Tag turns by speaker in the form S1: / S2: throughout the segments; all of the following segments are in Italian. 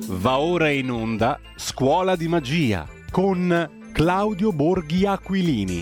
S1: Va ora in onda Scuola di Magia con Claudio Borghi Aquilini.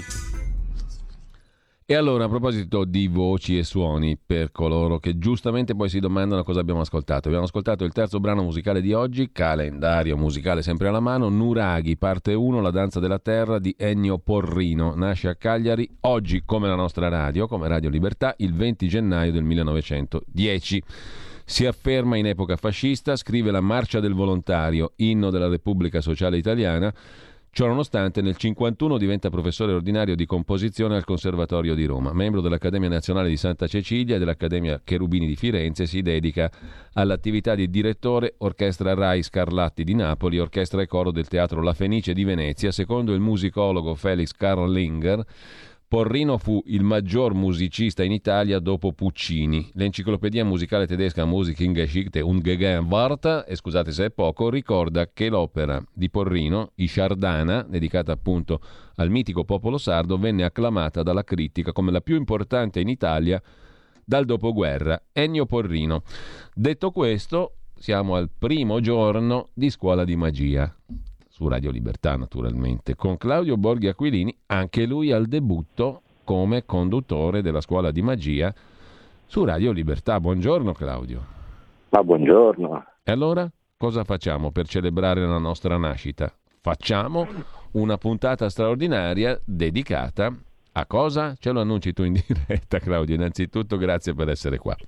S2: E allora, a proposito di voci e suoni, per coloro che giustamente poi si domandano cosa abbiamo ascoltato. Abbiamo ascoltato il terzo brano musicale di oggi, calendario musicale sempre alla mano, Nuraghi, parte 1, La danza della terra di Ennio Porrino. Nasce a Cagliari, oggi come la nostra radio, come Radio Libertà, il 20 gennaio del 1910. Si afferma in epoca fascista, scrive la Marcia del Volontario, inno della Repubblica Sociale Italiana. Ciononostante, nel 1951 diventa professore ordinario di composizione al Conservatorio di Roma. Membro dell'Accademia Nazionale di Santa Cecilia e dell'Accademia Cherubini di Firenze, si dedica all'attività di direttore Orchestra Rai Scarlatti di Napoli, Orchestra e Coro del Teatro La Fenice di Venezia. Secondo il musicologo Felix Karl Linger, Porrino fu il maggior musicista in Italia dopo Puccini. L'enciclopedia musicale tedesca Musikgeschichte und Gegenwart, e scusate se è poco, ricorda che l'opera di Porrino, I Sciardana, dedicata appunto al mitico popolo sardo, venne acclamata dalla critica come la più importante in Italia dal dopoguerra. Ennio Porrino. Detto questo, siamo al primo giorno di Scuola di Magia. Su Radio Libertà naturalmente, con Claudio Borghi Aquilini, anche lui al debutto come conduttore della Scuola di Magia su Radio Libertà. Buongiorno Claudio.
S3: Ma buongiorno.
S2: E allora cosa facciamo per celebrare la nostra nascita? Facciamo una puntata straordinaria dedicata a cosa? Ce lo annunci tu in diretta, Claudio. Innanzitutto grazie per essere qua.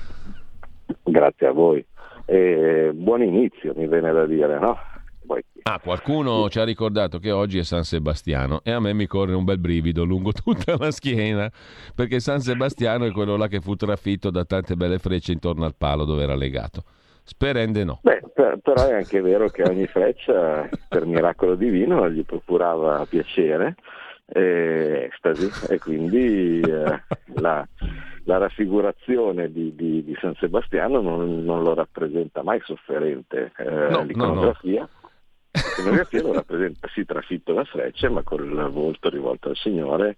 S3: Grazie a voi. Buon inizio, mi viene da dire, no?
S2: Qualcuno ci ha ricordato che oggi è San Sebastiano e a me mi corre un bel brivido lungo tutta la schiena, perché San Sebastiano è quello là che fu trafitto da tante belle frecce intorno al palo dove era legato. Sperende no.
S3: Però è anche vero che ogni freccia, per miracolo divino, gli procurava piacere e estasi, e quindi la raffigurazione di San Sebastiano non lo rappresenta mai sofferente. L'iconografia.
S2: No.
S3: L'iconografia lo rappresenta sì trafitto da frecce, ma con il volto rivolto al Signore.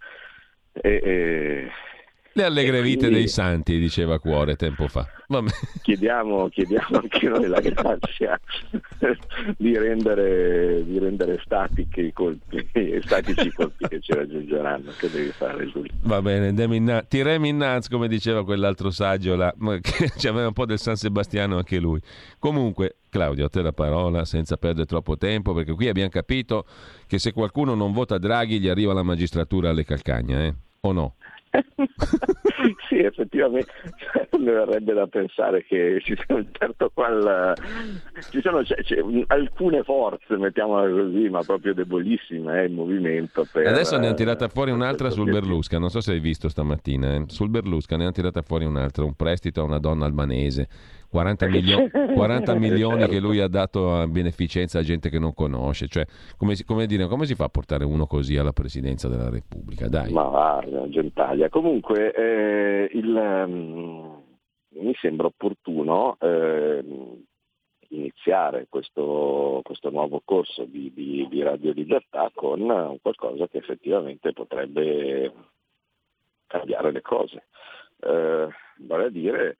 S2: Le allegre vite dei santi, diceva Cuore tempo fa. Vabbè.
S3: Chiediamo anche noi la grazia di rendere statici i colpi che ci raggiungeranno. Che devi fare, Giulio?
S2: Va bene, tirem innanzi, come diceva quell'altro saggio là, che c'aveva un po' del San Sebastiano anche lui. Comunque, Claudio, a te la parola senza perdere troppo tempo, perché qui abbiamo capito che se qualcuno non vota Draghi gli arriva la magistratura alle calcagna, o no?
S3: Sì, effettivamente mi verrebbe da pensare che ci sono alcune forze, mettiamola così, ma proprio debolissime in movimento per,
S2: adesso ne hanno tirata fuori un'altra sul Berlusca, non so se hai visto stamattina, sul Berlusca ne hanno tirata fuori un'altra, un prestito a una donna albanese, 40 milioni che lui ha dato a beneficenza a gente che non conosce, cioè come si fa a portare uno così alla presidenza della Repubblica? Dai.
S3: Ma guarda, gentaglia. Comunque mi sembra opportuno iniziare questo nuovo corso di Radio Libertà con qualcosa che effettivamente potrebbe cambiare le cose, vale a dire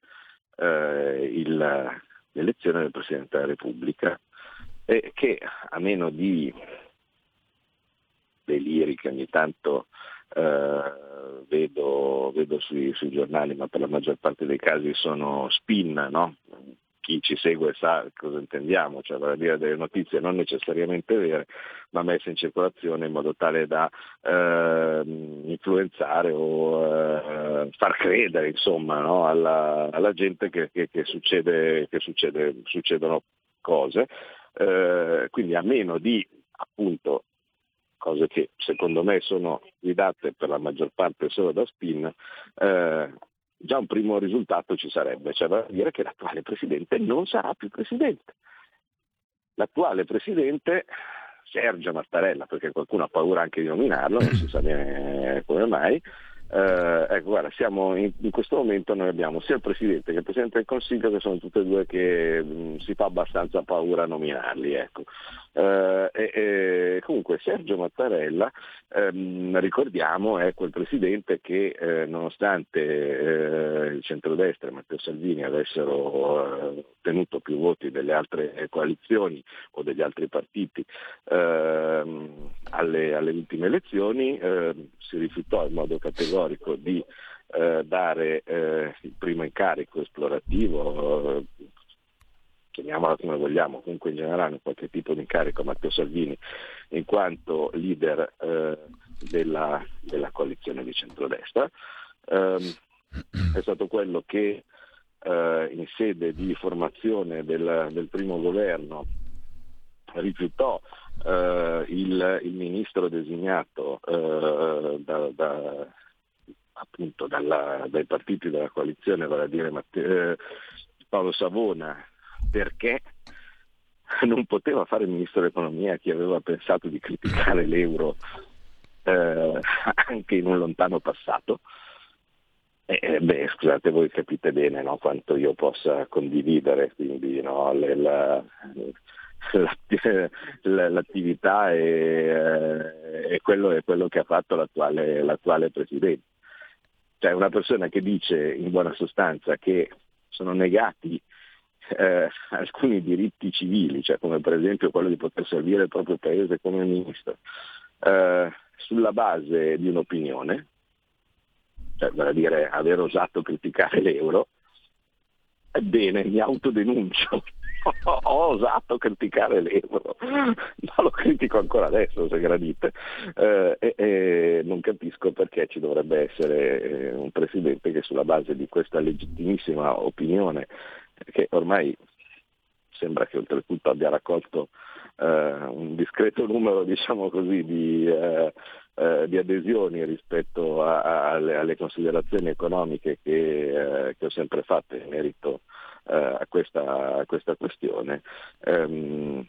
S3: l'elezione del Presidente della Repubblica, che a meno di deliri che ogni tanto vedo sui giornali, ma per la maggior parte dei casi sono spin, no? Chi ci segue sa cosa intendiamo, cioè vale a dire delle notizie non necessariamente vere, ma messe in circolazione in modo tale da influenzare o far credere, insomma, no? alla gente che succedono cose, quindi a meno di appunto cose che secondo me sono guidate per la maggior parte solo da spin, già un primo risultato ci sarebbe, cioè da dire che l'attuale Presidente non sarà più Presidente. L'attuale Presidente, Sergio Mattarella, perché qualcuno ha paura anche di nominarlo, non si sa bene come mai, ecco, guarda, siamo in questo momento noi abbiamo sia il Presidente che il Presidente del Consiglio, che sono tutte e due che si fa abbastanza paura a nominarli, ecco. Comunque Sergio Mattarella, ricordiamo, è quel presidente che nonostante il centrodestra e Matteo Salvini avessero ottenuto più voti delle altre coalizioni o degli altri partiti alle ultime elezioni, si rifiutò in modo categorico di dare il primo incarico esplorativo, chiamiamola come vogliamo, comunque in generale qualche tipo di incarico a Matteo Salvini in quanto leader della coalizione di centrodestra. È stato quello che in sede di formazione del primo governo rifiutò il ministro designato appunto dai partiti della coalizione, vale a dire Paolo Savona, perché non poteva fare il ministro dell'economia chi aveva pensato di criticare l'euro anche in un lontano passato. Scusate, voi capite bene, no, quanto io possa condividere, quindi no, l'attività è quello che ha fatto l'attuale presidente. Cioè una persona che dice in buona sostanza che sono negati alcuni diritti civili, cioè come per esempio quello di poter servire il proprio paese come ministro, sulla base di un'opinione, cioè vale a dire aver osato criticare l'euro, ebbene mi autodenuncio. Ho osato criticare l'euro, ma lo critico ancora adesso, se gradite, e non capisco perché ci dovrebbe essere un presidente che sulla base di questa legittimissima opinione, che ormai sembra che oltretutto abbia raccolto un discreto numero, diciamo così, di adesioni rispetto alle considerazioni economiche che ho sempre fatto in merito a questa questione, non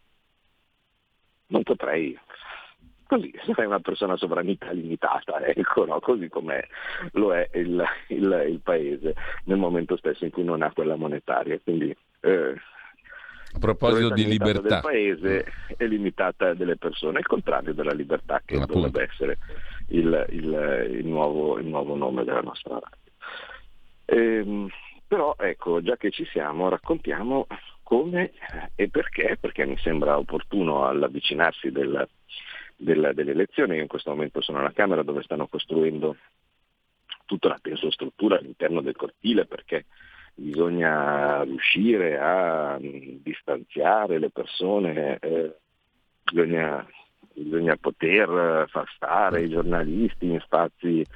S3: potrei, così, sarei una persona sovranità limitata, ecco, no? Così come lo è il paese nel momento stesso in cui non ha quella monetaria, quindi
S2: a proposito di libertà
S3: del paese è limitata delle persone, il contrario della libertà, che dovrebbe essere il nuovo nome della nostra radio. Però ecco, già che ci siamo, raccontiamo come e perché mi sembra opportuno all'avvicinarsi delle elezioni. Io in questo momento sono alla Camera, dove stanno costruendo tutta la tensostruttura all'interno del cortile, perché bisogna riuscire a distanziare le persone, bisogna poter far stare i giornalisti in spazi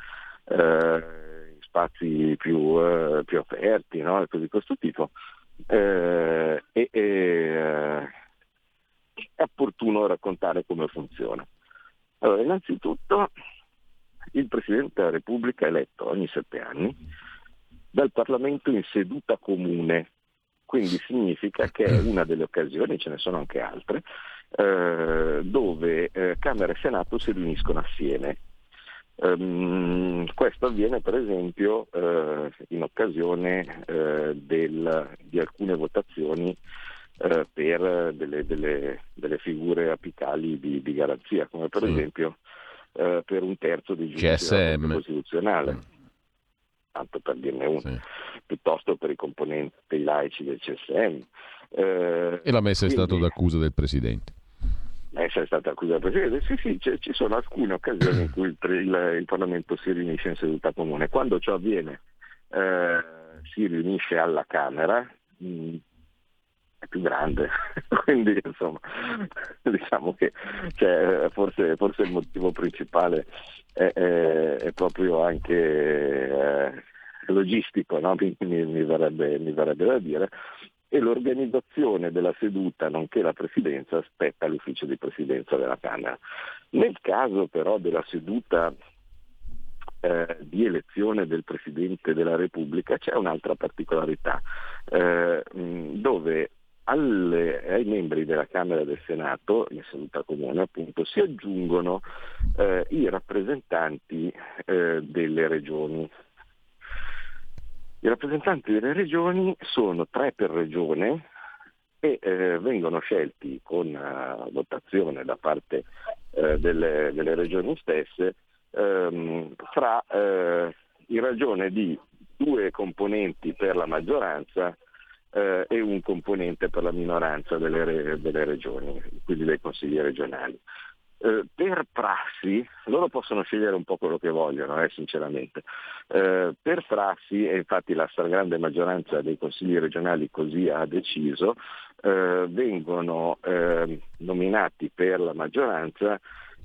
S3: più aperti, no? E così di questo tipo. È opportuno raccontare come funziona. Allora, innanzitutto il Presidente della Repubblica è eletto ogni 7 anni dal Parlamento in seduta comune, quindi significa che è una delle occasioni, ce ne sono anche altre, dove Camera e Senato si riuniscono assieme. Questo avviene per esempio in occasione di alcune votazioni per delle figure apicali di garanzia, come per esempio per un terzo dei giudici della Corte Costituzionale, tanto per dirne uno, piuttosto per i componenti laici del CSM.
S2: E la messa è stato d'accusa del Presidente.
S3: Essere stata accusata del Presidente, sì, ci sono alcune occasioni in cui il Parlamento si riunisce in seduta comune. Quando ciò avviene si riunisce alla Camera, è più grande, quindi insomma diciamo che forse il motivo principale è proprio anche logistico, no? mi verrebbe da dire. E l'organizzazione della seduta, nonché la presidenza, spetta all'ufficio di presidenza della Camera. Nel caso però della seduta di elezione del Presidente della Repubblica c'è un'altra particolarità, dove ai membri della Camera e del Senato, in seduta comune appunto, si aggiungono i rappresentanti delle regioni. I rappresentanti delle regioni sono 3 per regione, e vengono scelti con votazione da parte delle regioni stesse in ragione di 2 componenti per la maggioranza e un componente per la minoranza delle regioni, quindi dei consigli regionali. Per prassi, loro possono scegliere un po' quello che vogliono, sinceramente. Per prassi, e infatti la stragrande maggioranza dei consigli regionali così ha deciso, vengono nominati per la maggioranza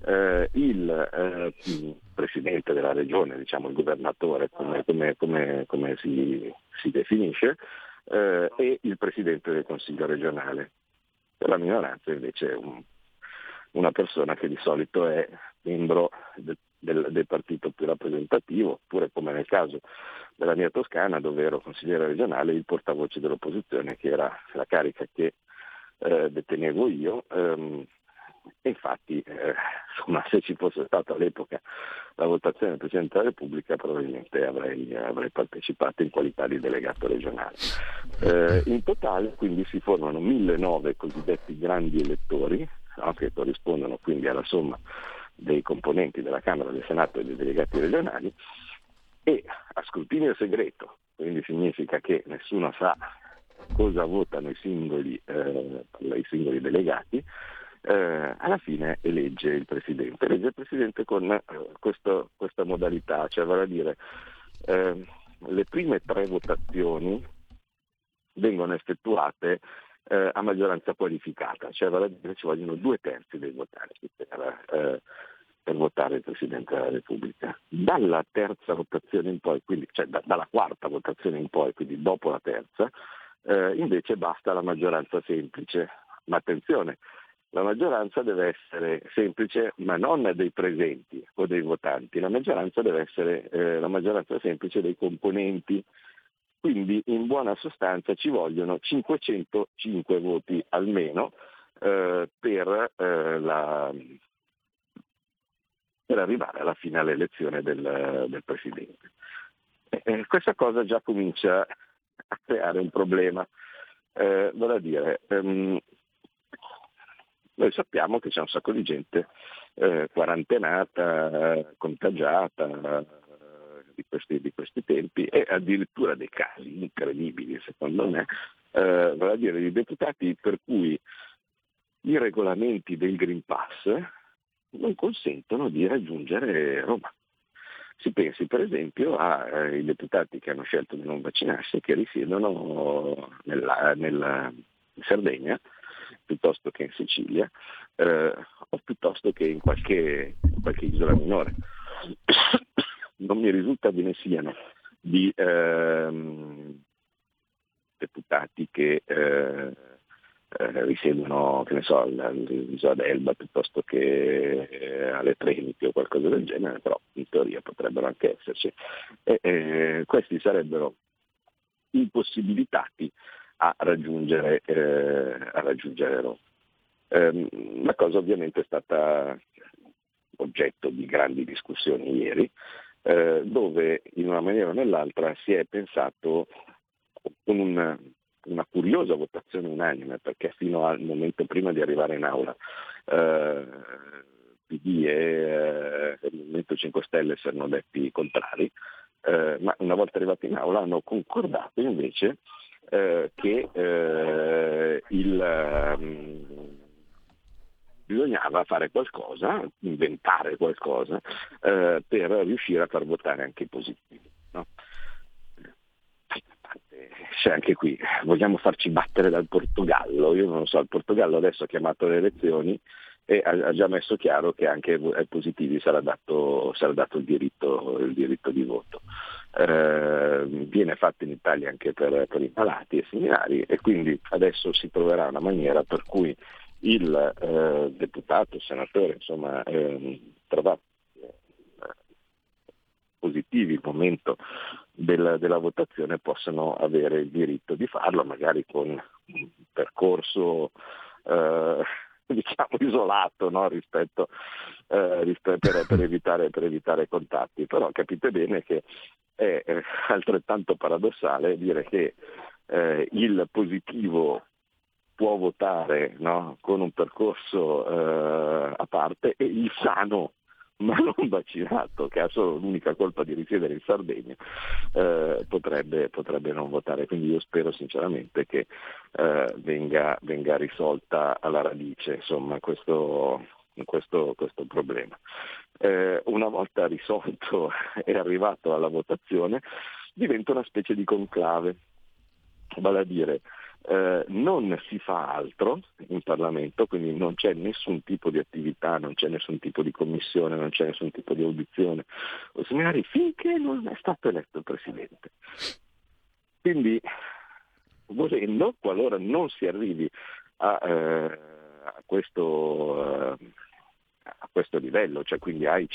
S3: il presidente della regione, diciamo il governatore, come si definisce, e il presidente del consiglio regionale. Per la minoranza invece è una persona che di solito è membro del partito più rappresentativo, oppure come nel caso della mia Toscana, dove ero consigliere regionale, il portavoce dell'opposizione, che era la carica che detenevo io. E infatti, insomma, se ci fosse stata all'epoca la votazione del Presidente della Repubblica, probabilmente avrei partecipato in qualità di delegato regionale. In totale quindi si formano 1.009 cosiddetti grandi elettori, che corrispondono quindi alla somma dei componenti della Camera, del Senato e dei delegati regionali, e a scrutinio segreto, quindi significa che nessuno sa cosa votano i singoli delegati. Alla fine elegge il Presidente con questa modalità, cioè vale a dire le prime 3 votazioni vengono effettuate a maggioranza qualificata, cioè vale a dire ci vogliono 2/3 dei votanti per votare il Presidente della Repubblica. Dalla terza votazione in poi, quindi, cioè dalla quarta votazione in poi, quindi dopo la terza, invece basta la maggioranza semplice. Ma attenzione, la maggioranza deve essere semplice, ma non dei presenti o dei votanti, la maggioranza deve essere la maggioranza semplice dei componenti. Quindi in buona sostanza ci vogliono 505 voti almeno per arrivare alla finale elezione del Presidente. Questa cosa già comincia a creare un problema. Vale a dire, noi sappiamo che c'è un sacco di gente quarantenata, contagiata di questi tempi, e addirittura dei casi incredibili, secondo me, vale a dire di deputati per cui i regolamenti del Green Pass non consentono di raggiungere Roma. Si pensi per esempio ai deputati che hanno scelto di non vaccinarsi e che risiedono in Sardegna piuttosto che in Sicilia, o piuttosto che in qualche isola minore. Non mi risulta ve ne siano di deputati che risiedono, che ne so, all'isola d'Elba piuttosto che alle Tremiti o qualcosa del genere, però in teoria potrebbero anche esserci. Questi sarebbero impossibilitati a raggiungere Roma. La cosa ovviamente è stata oggetto di grandi discussioni ieri, dove in una maniera o nell'altra si è pensato con una curiosa votazione unanime, perché fino al momento prima di arrivare in aula PD e il Movimento 5 Stelle si erano detti contrari, ma una volta arrivati in aula hanno concordato invece che bisognava fare qualcosa, inventare qualcosa per riuscire a far votare anche i positivi, no? C'è anche qui, vogliamo farci battere dal Portogallo? Io non lo so, il Portogallo adesso ha chiamato le elezioni e ha già messo chiaro che anche ai positivi sarà dato il diritto di voto. Viene fatto in Italia anche per i malati e similari, e quindi adesso si troverà una maniera per cui il deputato, il senatore, insomma, troverà positivi il momento della votazione, possono avere il diritto di farlo, magari con un percorso diciamo isolato, no? rispetto per evitare contatti. Però capite bene che è altrettanto paradossale dire che il positivo può votare, no, con un percorso a parte, e il sano ma non vaccinato, che ha solo l'unica colpa di risiedere in Sardegna, potrebbe non votare. Quindi io spero sinceramente che venga risolta alla radice, insomma, questo problema. Una volta risolto e arrivato alla votazione, diventa una specie di conclave, vale a dire non si fa altro in Parlamento, quindi non c'è nessun tipo di attività, non c'è nessun tipo di commissione, non c'è nessun tipo di audizione o seminari finché non è stato eletto il Presidente. Quindi, volendo, qualora non si arrivi a questo livello, cioè quindi ai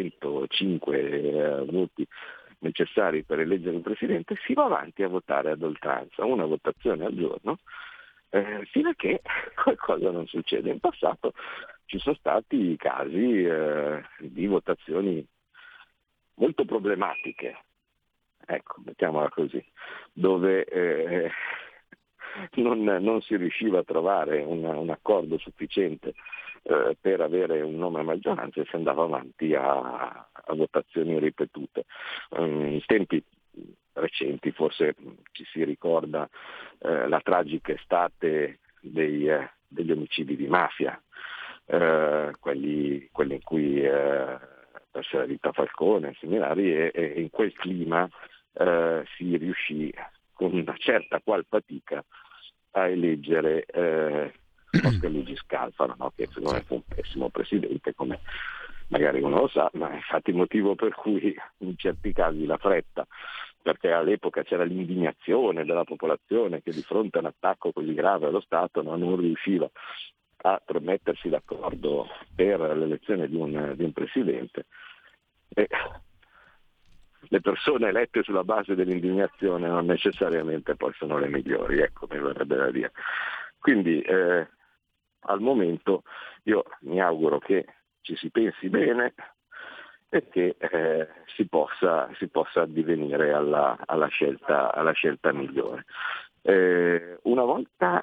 S3: 505 voti necessari per eleggere il Presidente, si va avanti a votare ad oltranza, una votazione al giorno, fino a che qualcosa non succede. In passato ci sono stati casi di votazioni molto problematiche, ecco, mettiamola così, dove non si riusciva a trovare un accordo sufficiente per avere un nome a maggioranza e si andava avanti a votazioni ripetute. In tempi recenti forse ci si ricorda la tragica estate degli omicidi di mafia, quelli in cui perse la vita Falcone e similari, e in quel clima si riuscì con una certa qual fatica a eleggere Oscar Luigi Scalfaro, no? Che secondo me fu un pessimo presidente, come magari uno lo sa, ma è infatti il motivo per cui in certi casi la fretta, perché all'epoca c'era l'indignazione della popolazione che di fronte a un attacco così grave allo Stato non riusciva a mettersi d'accordo per l'elezione di un presidente. E le persone elette sulla base dell'indignazione non necessariamente poi sono le migliori, ecco, mi verrebbe da dire. Quindi al momento io mi auguro che ci si pensi bene e che si possa addivenire alla scelta migliore. Una volta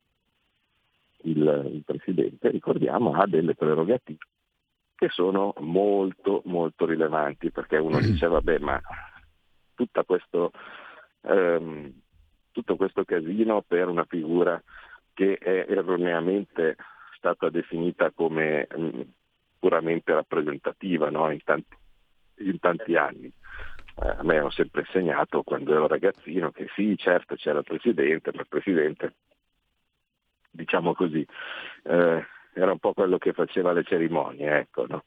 S3: il Presidente, ricordiamo, ha delle prerogative che sono molto molto rilevanti, perché uno dice vabbè, ma tutto questo casino per una figura che è erroneamente stata definita come puramente rappresentativa, no? in tanti anni. A me hanno sempre insegnato quando ero ragazzino che sì, certo c'era il Presidente, ma il Presidente, diciamo così, era un po' quello che faceva le cerimonie, ecco, no?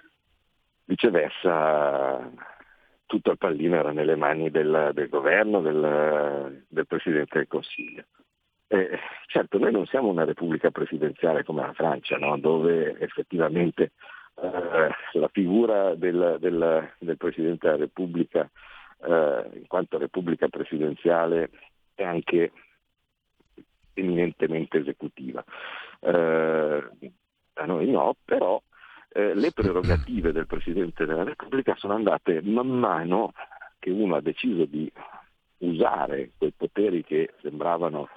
S3: Viceversa, tutto il pallino era nelle mani del governo, del Presidente del Consiglio. Certo, noi non siamo una repubblica presidenziale come la Francia, no? Dove effettivamente la figura del Presidente della Repubblica, in quanto repubblica presidenziale, è anche eminentemente esecutiva. A noi no, però le prerogative del Presidente della Repubblica sono andate man mano che uno ha deciso di usare quei poteri che sembravano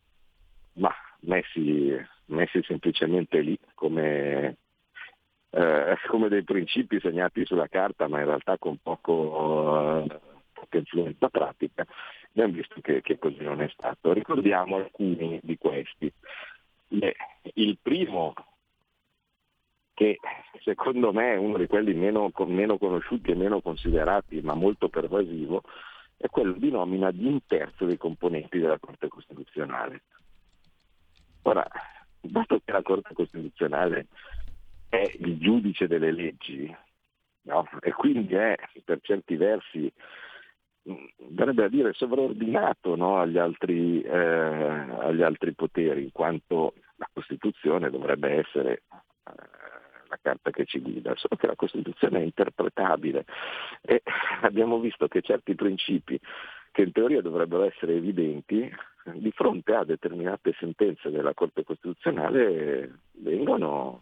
S3: messi semplicemente lì come dei principi segnati sulla carta, ma in realtà con poca influenza pratica. Abbiamo visto che così non è stato. Ricordiamo alcuni di questi. Il primo, che secondo me è uno di quelli meno conosciuti e meno considerati, ma molto pervasivo, è quello di nomina di un terzo dei componenti della Corte Costituzionale. Ora, dato che la Corte Costituzionale è il giudice delle leggi, no? E quindi è per certi versi, verrebbe a dire, sovraordinato, no? agli altri poteri, in quanto la Costituzione dovrebbe essere la carta che ci guida, solo che la Costituzione è interpretabile e abbiamo visto che certi principi che in teoria dovrebbero essere evidenti, di fronte a determinate sentenze della Corte Costituzionale vengono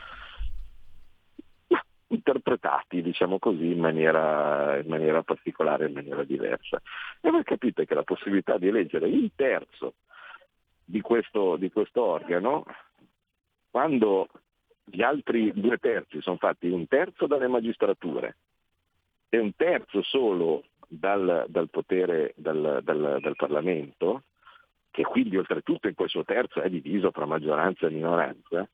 S3: interpretati, diciamo così, in maniera particolare, in maniera diversa. E voi capite che la possibilità di eleggere il terzo di questo organo, quando gli altri 2/3 sono fatti 1/3 dalle magistrature e 1/3 solo dal potere dal Parlamento, che quindi oltretutto in questo terzo è diviso tra maggioranza e minoranza,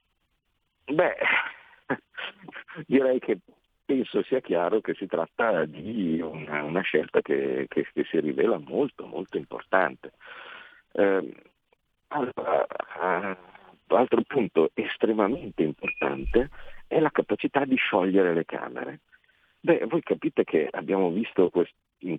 S3: direi che penso sia chiaro che si tratta di una scelta che si rivela molto molto importante. Altro punto estremamente importante è la capacità di sciogliere le Camere. Voi capite che abbiamo visto in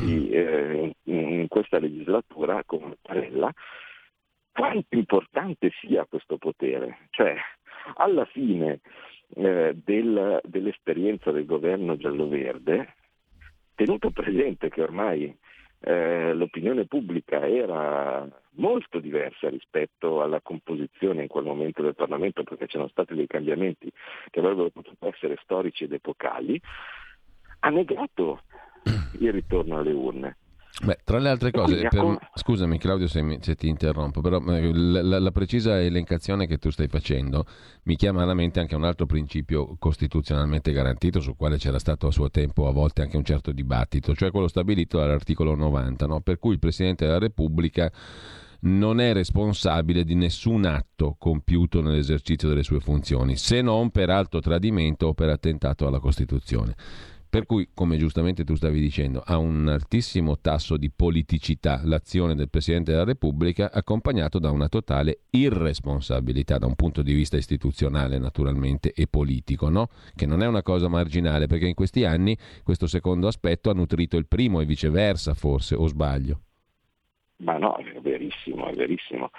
S3: questa legislatura con Mattarella quanto importante sia questo potere. Cioè, alla fine dell'esperienza del governo giallo-verde, tenuto presente che ormai l'opinione pubblica era molto diversa rispetto alla composizione in quel momento del Parlamento, perché c'erano stati dei cambiamenti che avrebbero potuto essere storici ed epocali, ha negato il ritorno alle urne.
S2: Tra le altre cose, scusami Claudio se ti interrompo, però la precisa elencazione che tu stai facendo mi chiama alla mente anche un altro principio costituzionalmente garantito, sul quale c'era stato a suo tempo a volte anche un certo dibattito, cioè quello stabilito dall'articolo 90, no? Per cui il Presidente della Repubblica non è responsabile di nessun atto compiuto nell'esercizio delle sue funzioni, se non per alto tradimento o per attentato alla Costituzione. Per cui, come giustamente tu stavi dicendo, ha un altissimo tasso di politicità l'azione del Presidente della Repubblica, accompagnato da una totale irresponsabilità da un punto di vista istituzionale naturalmente e politico, no? Che non è una cosa marginale, perché in questi anni questo secondo aspetto ha nutrito il primo e viceversa, forse, o sbaglio?
S3: Ma no, è verissimo, è verissimo.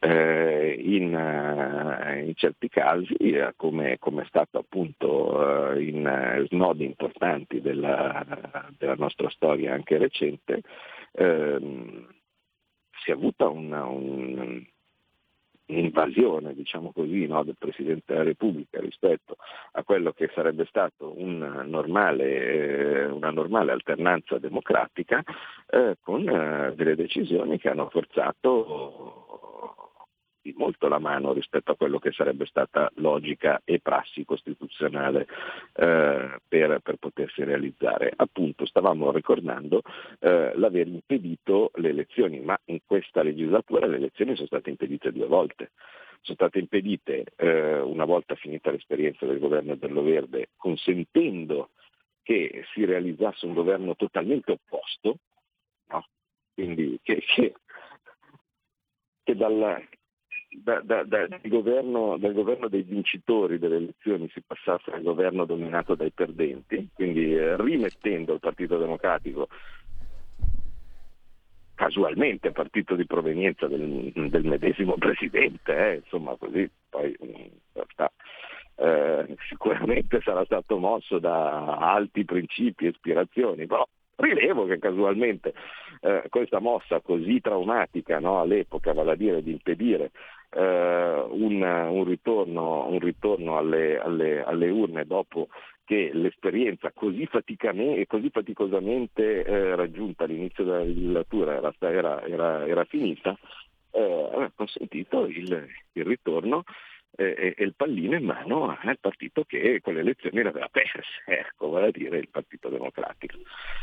S3: In certi casi, come è stato appunto in snodi importanti della nostra storia anche recente, si è avuta un'invasione, diciamo così, no, del Presidente della Repubblica rispetto a quello che sarebbe stato una normale alternanza democratica, con delle decisioni che hanno forzato di molto la mano rispetto a quello che sarebbe stata logica e prassi costituzionale per potersi realizzare. Appunto, stavamo ricordando l'aver impedito le elezioni, ma in questa legislatura le elezioni sono state impedite 2 volte. Sono state impedite una volta finita l'esperienza del governo giallo-verde, consentendo che si realizzasse un governo totalmente opposto, no? Quindi che dal governo dei vincitori delle elezioni si passasse al governo dominato dai perdenti, quindi rimettendo il Partito Democratico, casualmente partito di provenienza del medesimo presidente, insomma così, poi in realtà sicuramente sarà stato mosso da alti principi e ispirazioni, però rilevo che casualmente questa mossa così traumatica, no, all'epoca, vale a dire di impedire un ritorno alle urne dopo che l'esperienza così faticosamente raggiunta all'inizio della legislatura era finita, aveva consentito il ritorno e il pallino in mano al partito che quelle elezioni le aveva perse, ecco, vale a dire il Partito Democratico.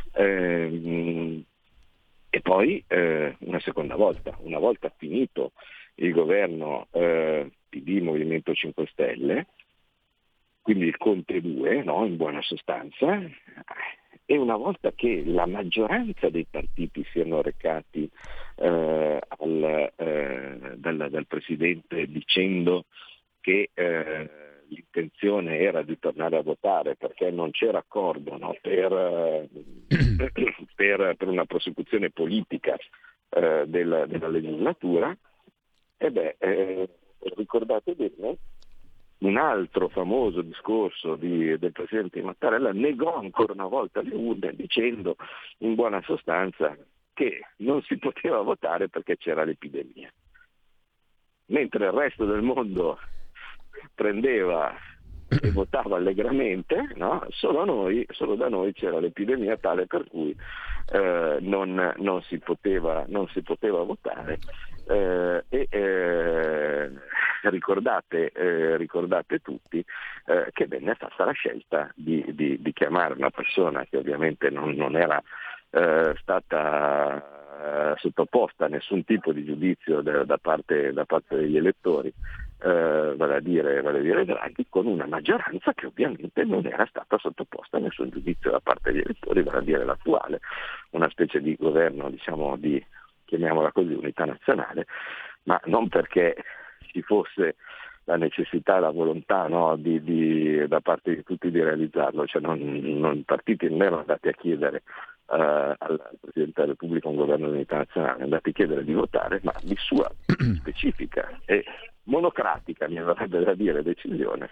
S3: E poi una seconda volta, una volta finito il governo PD Movimento 5 Stelle, quindi il Conte 2, no, in buona sostanza, e una volta che la maggioranza dei partiti siano recati dal Presidente dicendo che l'intenzione era di tornare a votare perché non c'era accordo, no, per una prosecuzione politica della legislatura, ricordate bene, un altro famoso discorso del Presidente Mattarella negò ancora una volta le urne dicendo in buona sostanza che non si poteva votare perché c'era l'epidemia. Mentre il resto del mondo prendeva e votava allegramente, no? Solo da noi c'era l'epidemia tale per cui non si poteva votare, Ricordate tutti che venne fatta la scelta di chiamare una persona che ovviamente non era stata sottoposta a nessun tipo di giudizio da parte degli elettori, vale a dire Draghi, con una maggioranza che ovviamente non era stata sottoposta a nessun giudizio da parte degli elettori, vale a dire l'attuale, una specie di governo, diciamo, di, chiamiamola così, unità nazionale, ma non perché ci fosse la necessità e la volontà, no, da parte di tutti di realizzarlo, cioè i partiti non erano andati a chiedere al Presidente della Repubblica un governo di unità nazionale, andati a chiedere di votare, ma di sua specifica e monocratica, mi verrebbe da dire, decisione,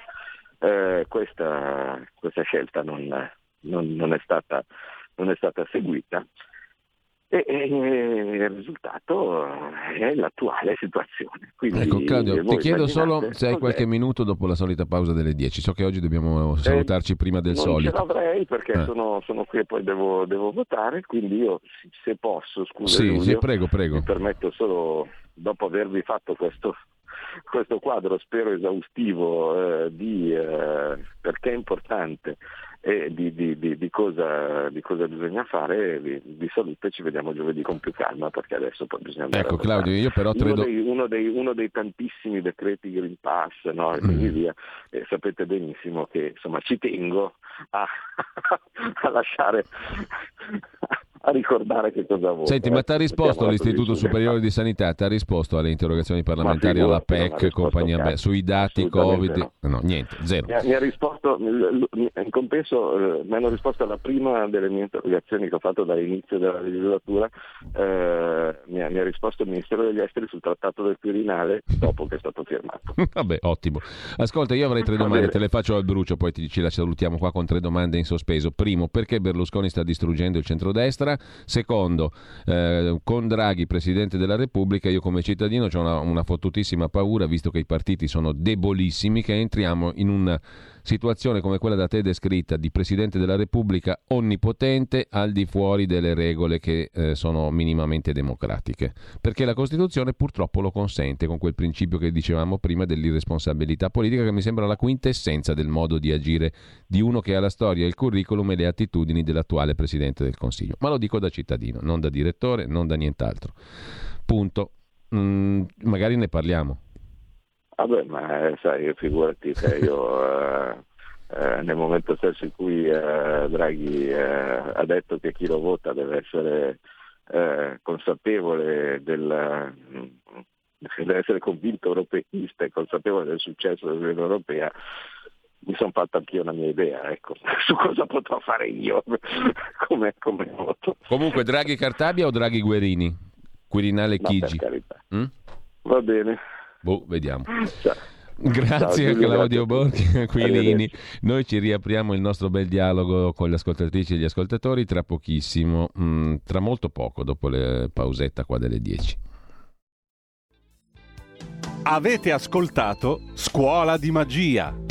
S3: questa scelta non è stata seguita. E il risultato è l'attuale situazione. Quindi,
S2: ecco, Claudio, ti chiedo solo se hai qualche
S3: cos'è?
S2: minuto dopo la solita pausa delle 10. So che oggi dobbiamo salutarci prima del solito.
S3: Non ce l'avrei perché sono qui e poi devo votare, quindi io, se posso, scusa Giulio,
S2: sì, prego.
S3: mi permetto solo, dopo avervi fatto questo quadro, spero esaustivo, perché è importante e di cosa bisogna fare, vi saluto e ci vediamo giovedì con più calma, perché adesso poi bisogna andare
S2: Ecco, Claudio, io però credo
S3: uno dei tantissimi decreti Green Pass, no, e così via, e sapete benissimo che insomma ci tengo a lasciare, a ricordare che cosa vuole.
S2: Senti, ma ti ha risposto l'Istituto Superiore di Sanità? Ti ha risposto alle interrogazioni parlamentari, alla PEC e compagnia sui dati Covid? No, niente, zero.
S3: Mi ha risposto, in compenso, mi hanno risposto alla prima delle mie interrogazioni che ho fatto dall'inizio della legislatura, mi ha risposto il Ministero degli Esteri sul Trattato del Quirinale dopo che è stato firmato.
S2: Vabbè, ottimo. Ascolta, io avrei 3 domande, te le faccio al brucio, poi ci la salutiamo qua con 3 domande in sospeso. Primo, perché Berlusconi sta distruggendo il centrodestra? Secondo, con Draghi Presidente della Repubblica, io come cittadino ho una fottutissima paura, visto che i partiti sono debolissimi, che entriamo in una situazione come quella da te descritta di Presidente della Repubblica onnipotente al di fuori delle regole che sono minimamente democratiche, perché la Costituzione purtroppo lo consente, con quel principio che dicevamo prima dell'irresponsabilità politica, che mi sembra la quintessenza del modo di agire di uno che ha la storia, il curriculum e le attitudini dell'attuale Presidente del Consiglio. Ma lo dico da cittadino, non da direttore, non da nient'altro. Punto. Magari ne parliamo.
S3: Vabbè, ma sai, figurati che io nel momento stesso in cui Draghi ha detto che chi lo vota deve essere consapevole deve essere convinto europeista e consapevole del successo dell'Unione Europea, mi sono fatto anch'io una mia idea, ecco, su cosa potrò fare io come voto.
S2: Comunque, Draghi Cartabia o Draghi Guerini? Quirinale Chigi?
S3: Per carità. Va bene.
S2: Vediamo.
S3: Ciao.
S2: Grazie.
S3: Ciao,
S2: Claudio Borghi Aquilini. Noi ci riapriamo il nostro bel dialogo con le ascoltatrici e gli ascoltatori tra pochissimo, tra molto poco, dopo la pausetta qua delle 10.
S1: Avete ascoltato Scuola di Magia.